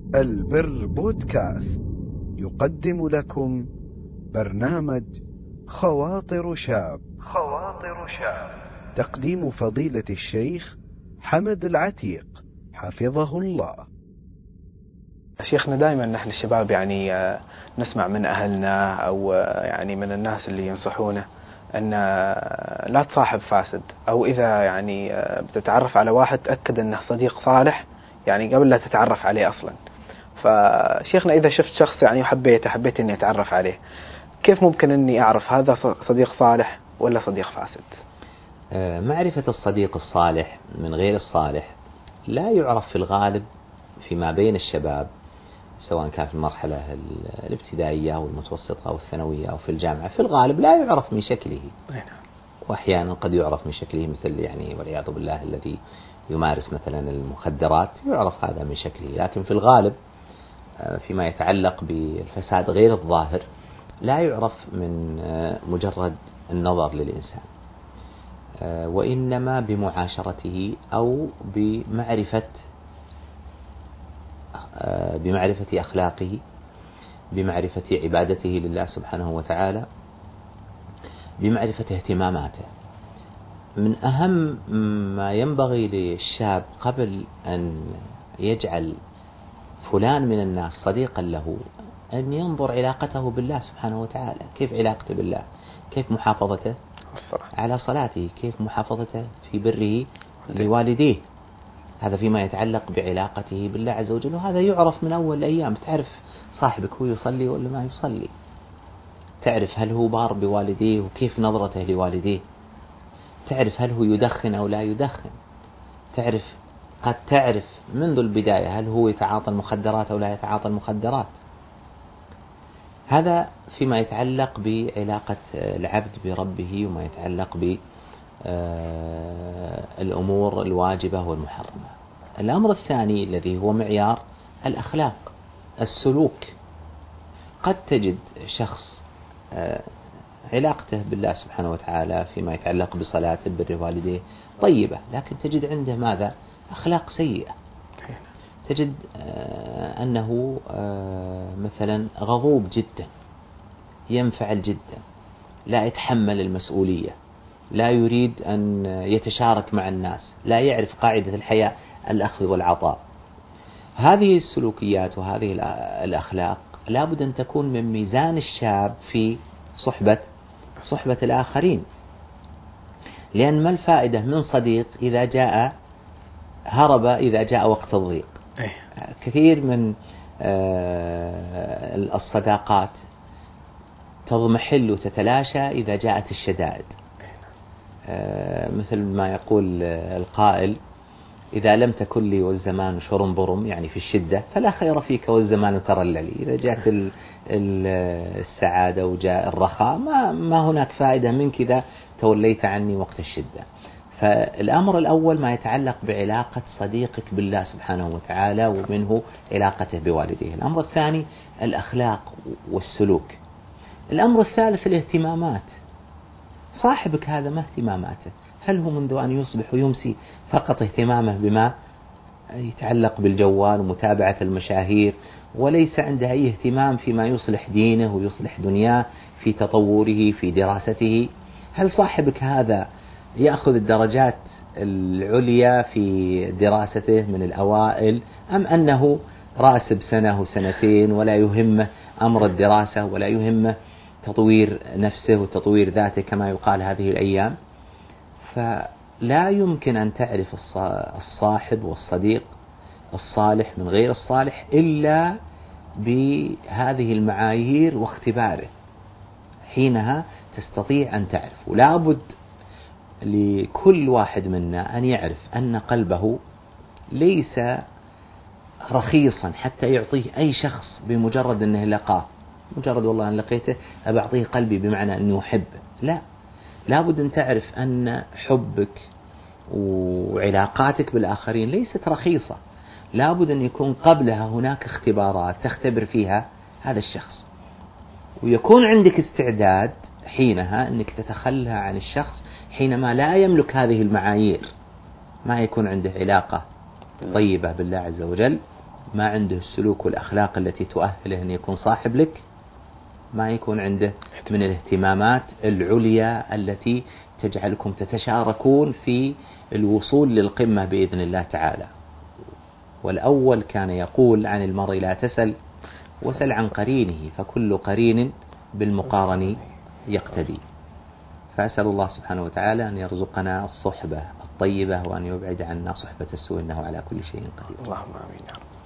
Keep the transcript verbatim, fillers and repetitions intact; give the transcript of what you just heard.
البر بودكاست يقدم لكم برنامج خواطر شاب خواطر شاب تقديم فضيلة الشيخ حمد العتيق حفظه الله. شيخنا دائما نحن الشباب يعني نسمع من أهلنا أو يعني من الناس اللي ينصحونه أن لا تصاحب فاسد، أو إذا يعني بتتعرف على واحد تأكد أنه صديق صالح يعني قبل لا تتعرف عليه أصلا. فشيخنا إذا شفت شخص يعني حبيته حبيت أني أتعرف عليه، كيف ممكن أني أعرف هذا صديق صالح ولا صديق فاسد؟ معرفة الصديق الصالح من غير الصالح لا يعرف في الغالب فيما بين الشباب، سواء كان في المرحلة الابتدائية أو المتوسطة أو الثانوية أو في الجامعة. في الغالب لا يعرف من شكله، وأحيانا قد يعرف من شكله، مثل يعني والعياذ بالله الذي يمارس مثلا المخدرات يعرف هذا من شكله. لكن في الغالب فيما يتعلق بالفساد غير الظاهر لا يعرف من مجرد النظر للإنسان، وإنما بمعاشرته أو بمعرفة بمعرفة أخلاقه، بمعرفة عبادته لله سبحانه وتعالى، بمعرفة اهتماماته. من أهم ما ينبغي للشاب قبل أن يجعل فلان من الناس صديقا له أن ينظر علاقته بالله سبحانه وتعالى. كيف علاقته بالله؟ كيف محافظته على صلاته؟ كيف محافظته في بره لوالديه؟ هذا فيما يتعلق بعلاقته بالله عز وجل، وهذا يعرف من أول الأيام. تعرف صاحبك هو يصلي ولا ما يصلي، تعرف هل هو بار بوالديه وكيف نظرته لوالديه، تعرف هل هو يدخن أو لا يدخن، تعرف قد تعرف منذ البداية هل هو يتعاطى المخدرات أو لا يتعاطى المخدرات. هذا فيما يتعلق بعلاقة العبد بربه وما يتعلق بالأمور الواجبة والمحرمة. الأمر الثاني الذي هو معيار الأخلاق، السلوك. قد تجد شخص علاقته بالله سبحانه وتعالى فيما يتعلق بصلاته بر والديه طيبة، لكن تجد عنده ماذا؟ أخلاق سيئة. تجد أنه مثلا غضوب جدا، ينفعل جدا، لا يتحمل المسؤولية، لا يريد أن يتشارك مع الناس، لا يعرف قاعدة الحياة الأخذ والعطاء. هذه السلوكيات وهذه الأخلاق لابد أن تكون من ميزان الشاب في صحبة صحبة الآخرين. لأن ما الفائدة من صديق إذا جاء هرب إذا جاء وقت الضيق؟ كثير من الصداقات تضمحل وتتلاشى إذا جاءت الشدائد. مثل ما يقول القائل: إذا لم تكن لي والزمان شرم برم، يعني في الشدة، فلا خير فيك والزمان ترللي. إذا جاءت السعادة وجاء الرخاء ما, ما هناك فائدة منك إذا توليت عني وقت الشدة. فالأمر الأول ما يتعلق بعلاقة صديقك بالله سبحانه وتعالى، ومنه علاقته بوالديه. الأمر الثاني الأخلاق والسلوك. الأمر الثالث الاهتمامات. صاحبك هذا ما اهتماماته؟ هل هو منذ أن يصبح ويمسي فقط اهتمامه بما يتعلق بالجوال ومتابعة المشاهير، وليس عنده أي اهتمام فيما يصلح دينه ويصلح دنياه، في تطوره في دراسته؟ هل صاحبك هذا يأخذ الدرجات العليا في دراسته من الأوائل، أم أنه راسب سنة وسنتين ولا يهمه أمر الدراسة ولا يهمه تطوير نفسه وتطوير ذاته كما يقال هذه الأيام؟ فلا يمكن أن تعرف الصاحب والصديق الصالح من غير الصالح إلا بهذه المعايير واختباره. حينها تستطيع أن تعرف. ولا بد لكل واحد منا أن يعرف أن قلبه ليس رخيصا حتى يعطيه أي شخص بمجرد أنه لقاه، مجرد والله أن لقيته أبعطيه قلبي بمعنى أنه يحب. لا، لابد أن تعرف أن حبك وعلاقاتك بالآخرين ليست رخيصة. لابد أن يكون قبلها هناك اختبارات تختبر فيها هذا الشخص، ويكون عندك استعداد حينها أنك تتخلى عن الشخص حينما لا يملك هذه المعايير، ما يكون عنده علاقة طيبة بالله عز وجل، ما عنده السلوك والأخلاق التي تؤهله أن يكون صاحب لك، ما يكون عنده من الاهتمامات العليا التي تجعلكم تتشاركون في الوصول للقمة بإذن الله تعالى. والأول كان يقول عن المرء لا تسل وسل عن قرينه، فكل قرين بالمقارن يقتدي. فأسأل الله سبحانه وتعالى أن يرزقنا الصحبة الطيبة وأن يبعد عنا صحبة السوء، إنه على كل شيء قدير. اللهم آمين.